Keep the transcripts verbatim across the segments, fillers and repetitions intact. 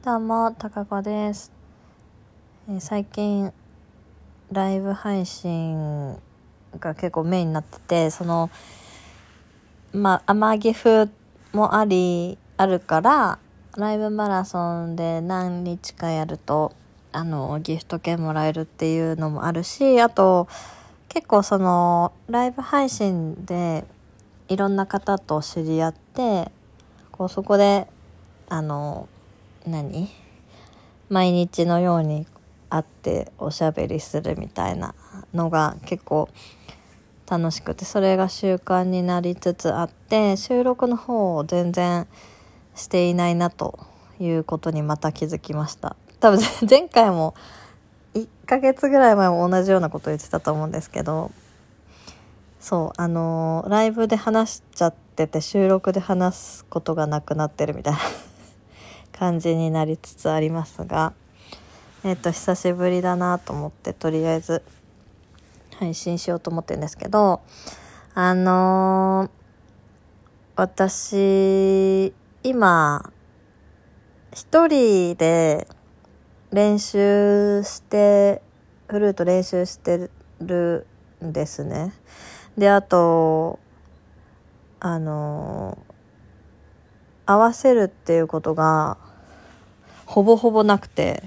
どうも、たかこです。えー最近ライブ配信が結構メインになってて、そのまあ天岐阜もありあるからライブマラソンで何日かやるとあのギフト券もらえるっていうのもあるし、あと結構そのライブ配信でいろんな方と知り合って、こうそこであの何毎日のように会っておしゃべりするみたいなのが結構楽しくて、それが習慣になりつつあって、収録の方を全然していないなということにまた気づきました。多分前回もいっかげつぐらい前も同じようなこと言ってたと思うんですけど、そうあのー、ライブで話しちゃってて収録で話すことがなくなってるみたいな感じになりつつありますが、えっと久しぶりだなと思ってとりあえず配信しようと思ってるんですけど、あのー、私今一人で練習してフルート練習してるんですね。であとあのー、合わせるっていうことがほぼほぼなくて、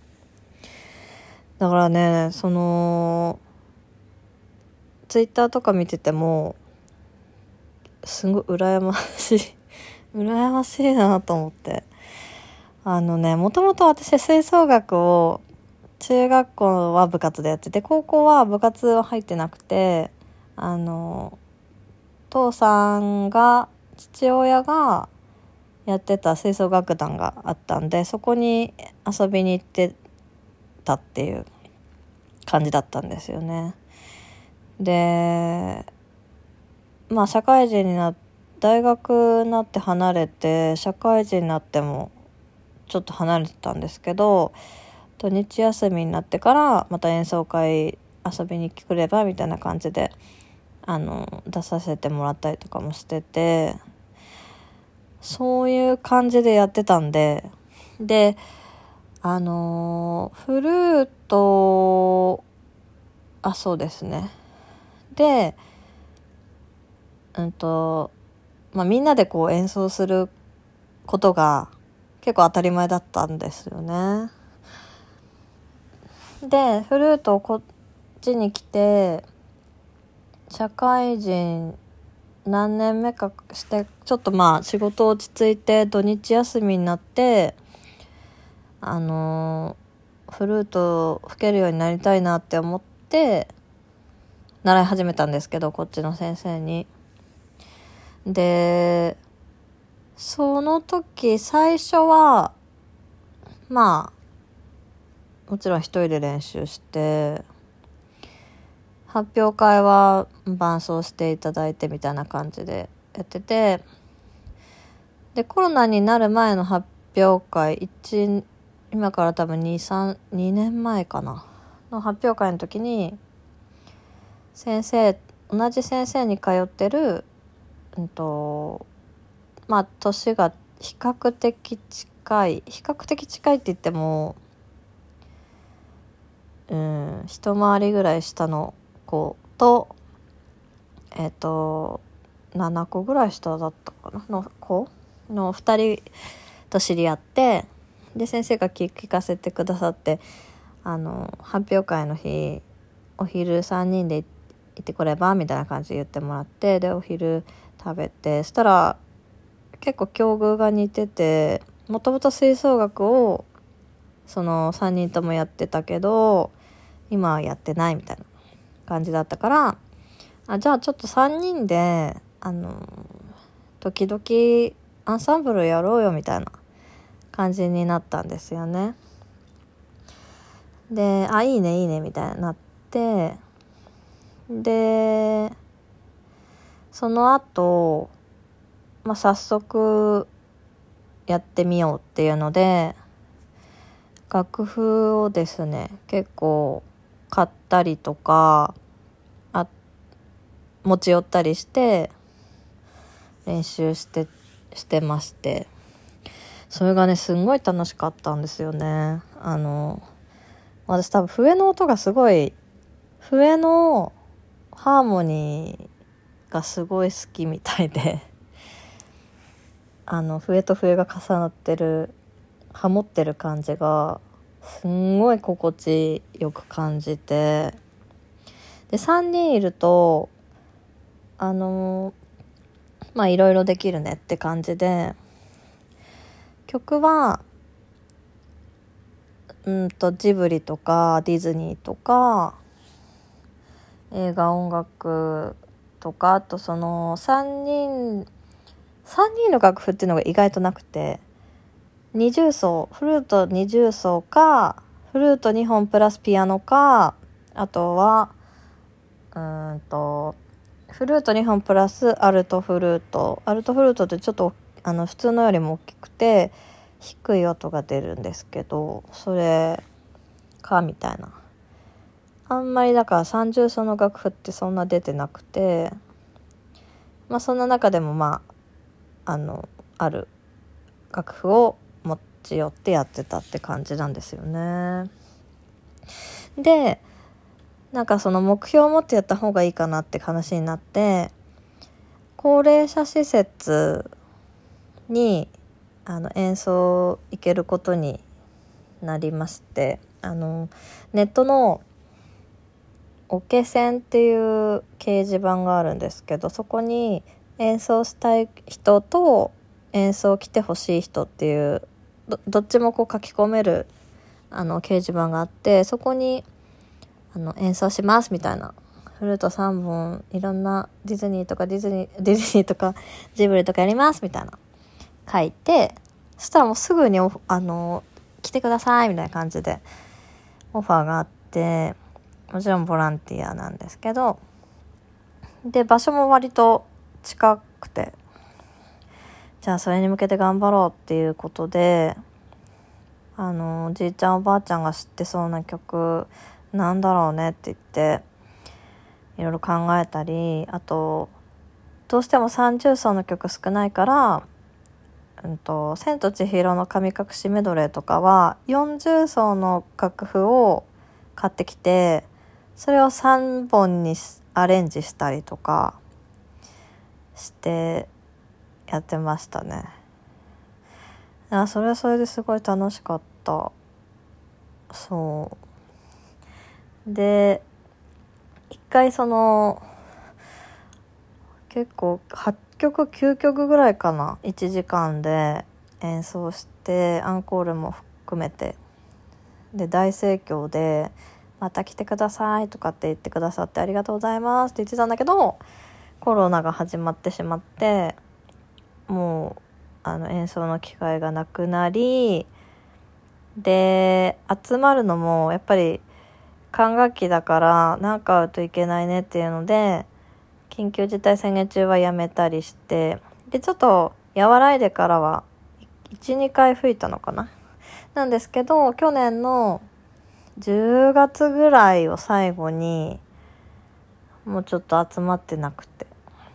だからね、そのツイッターとか見ててもすごい羨ましい羨ましいなと思って、あのね、もともと私吹奏楽を中学校は部活でやってて、高校は部活は入ってなくて、あの父さんが父親がやってた吹奏楽団があったんで、そこに遊びに行ってたっていう感じだったんですよね。でまあ社会人にな大学になって離れて、社会人になってもちょっと離れてたんですけど、土日休みになってからまた演奏会遊びに来ればみたいな感じであの出させてもらったりとかもしてて、そういう感じでやってたんで、であのフルートあそうですねでうんとまあみんなでこう演奏することが結構当たり前だったんですよね。でフルートをこっちに来て社会人何年目かしてちょっとまあ仕事落ち着いて土日休みになって、あのー、フルート吹けるようになりたいなって思って習い始めたんですけど、こっちの先生に。でその時最初はまあもちろん一人で練習して、発表会は伴奏していただいてみたいな感じでやってて、でコロナになる前の発表会一今から多分に、さん、にねんまえかなの発表会の時に先生同じ先生に通ってるうんとまあ年が比較的近い比較的近いって言ってもうん一回りぐらい下の子とえっ、とななこぐらい下だったかなの子のふたりと知り合って、で先生が聞聞かせてくださって、あの発表会の日お昼さんにんで行ってこればみたいな感じで言ってもらって、でお昼食べて、そしたら結構境遇が似てて、もともと吹奏楽をそのさんにんともやってたけど今はやってないみたいな感じだったから、あじゃあちょっとさんにんであの時々アンサンブルやろうよみたいな感じになったんですよね。であいいねいいねみたいになって、でその後、まあ、早速やってみようっていうので楽譜をですね結構買ったりとかあ持ち寄ったりして練習してしてまして、 それがねすんごい楽しかったんですよね。あの私多分笛の音がすごい、笛のハーモニーがすごい好きみたいであの笛と笛が重なってる、ハモってる感じがすんごい心地よく感じて、でさんにんいるとあのまあいろいろできるねって感じで、曲はうんとジブリとかディズニーとか映画音楽とか、あとそのさんにんさんにんの楽譜っていうのが意外となくて、二重奏、フルート二重奏かフルートにほんプラスピアノか、あとはうーんとフルートにほんプラスアルトフルートアルトフルートってちょっとあの普通のよりも大きくて低い音が出るんですけど、それかみたいな。あんまりだから三重奏の楽譜ってそんな出てなくて、まあそんな中でもまああのある楽譜を持ち寄ってやってたって感じなんですよね。でなんかその目標を持ってやった方がいいかなって話になって、高齢者施設にあの演奏行けることになりまして、あのネットのオケセンっていう掲示板があるんですけど、そこに演奏したい人と演奏来てほしい人っていう ど, どっちもこう書き込めるあの掲示板があって、そこにあの演奏しますみたいな、フルートさんぼんいろんなディズニーとかディズニーディズニーとかジブリとかやりますみたいな書いて、そしたらもうすぐにおあの来てくださいみたいな感じでオファーがあって、もちろんボランティアなんですけど、で場所も割と近くて、じゃあそれに向けて頑張ろうっていうことで、あのおじいちゃんおばあちゃんが知ってそうな曲なんだろうねって言っていろいろ考えたり、あとどうしてもさん重奏の曲少ないから、うんと、千と千尋の神隠しメドレーとかはよん重奏の楽譜を買ってきて、それをさんぼんにアレンジしたりとかしてやってましたね。あ、それはそれですごい楽しかった。そうで一回その結構はちきょくきゅうきょくぐらいかな、いちじかんで演奏してアンコールも含めて、で大盛況でまた来てくださいとかって言ってくださってありがとうございますって言ってたんだけど、コロナが始まってしまって、もうあの演奏の機会がなくなり、で集まるのもやっぱり管楽器だからなんか会うといけないねっていうので緊急事態宣言中はやめたりして、でちょっと和らいでからはいち、にかい吹いたのかな、なんですけど、去年のじゅうがつぐらいを最後にもうちょっと集まってなくて、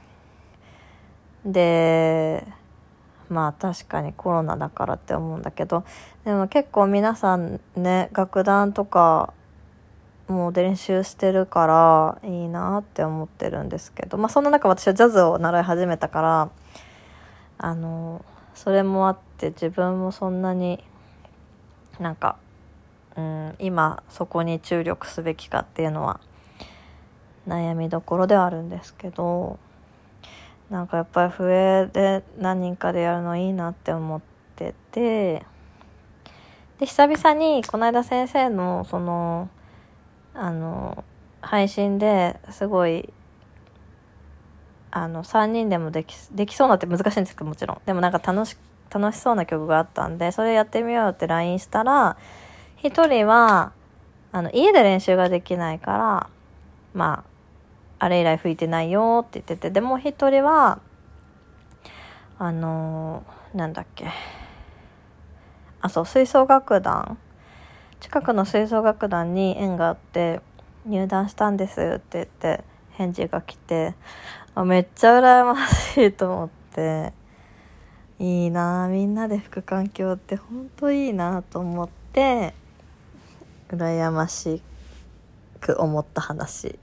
でまあ確かにコロナだからって思うんだけど、でも結構皆さんね楽団とかもう練習してるからいいなって思ってるんですけど、まあそんな中私はジャズを習い始めたから、あのそれもあって自分もそんなになんか、うん、今そこに注力すべきかっていうのは悩みどころではあるんですけど、なんかやっぱり笛で何人かでやるのいいなって思ってて、で久々にこの間先生のそのあの配信ですごいあのさんにんでもでき、できそうなって難しいんですけど、もちろんでもなんか楽し楽しそうな曲があったんで、それやってみようって ライン したら、一人はあの家で練習ができないからまああれ以来吹いてないよって言ってて、でも一人はあのー、なんだっけあそう吹奏楽団、近くの吹奏楽団に縁があって入団したんですって言って返事が来て、あめっちゃ羨ましいと思って、 いいな、みんなで吹く環境って本当いいなと思って羨ましく思った話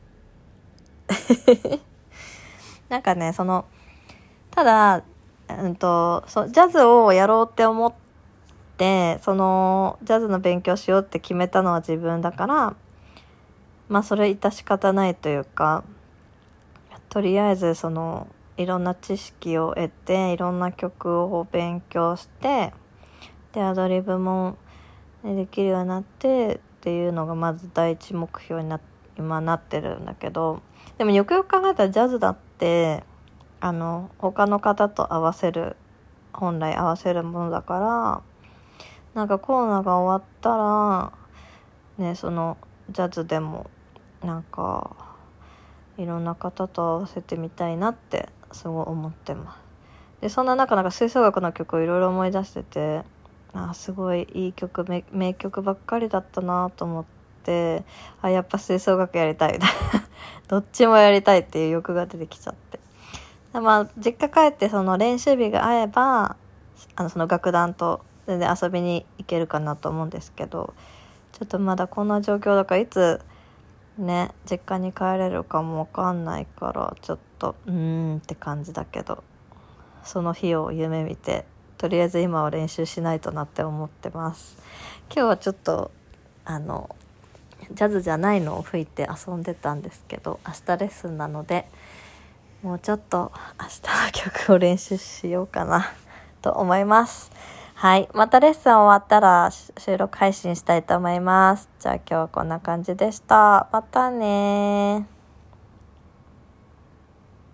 なんかね、そのただ、うんと、そジャズをやろうって思ってそのジャズの勉強しようって決めたのは自分だから、まあそれ致し方ないというか、とりあえずそのいろんな知識を得ていろんな曲を勉強してでアドリブもできるようになってっていうのがまず第一目標にな今なってるんだけど、でもよくよく考えたらジャズだってあの他の方と合わせる本来合わせるものだから、なんかコロナが終わったらね、そのジャズでもなんかいろんな方と合わせてみたいなってすごい思ってます。でそんな中なんか吹奏楽の曲をいろいろ思い出してて、あすごいいい曲 名, 名曲ばっかりだったなと思って、あやっぱ吹奏楽やりたいどっちもやりたいっていう欲が出てきちゃって、まあ実家帰ってその練習日が合えばあのその楽団と全然遊びに行けるかなと思うんですけど、ちょっとまだこんな状況だからいつね実家に帰れるかもわかんないからちょっとうーんって感じだけど、その日を夢見てとりあえず今は練習しないとなって思ってます。今日はちょっとあのジャズじゃないのを吹いて遊んでたんですけど、明日レッスンなのでもうちょっと明日の曲を練習しようかなと思います。はい、またレッスン終わったら収録配信したいと思います。じゃあ今日はこんな感じでした。またね。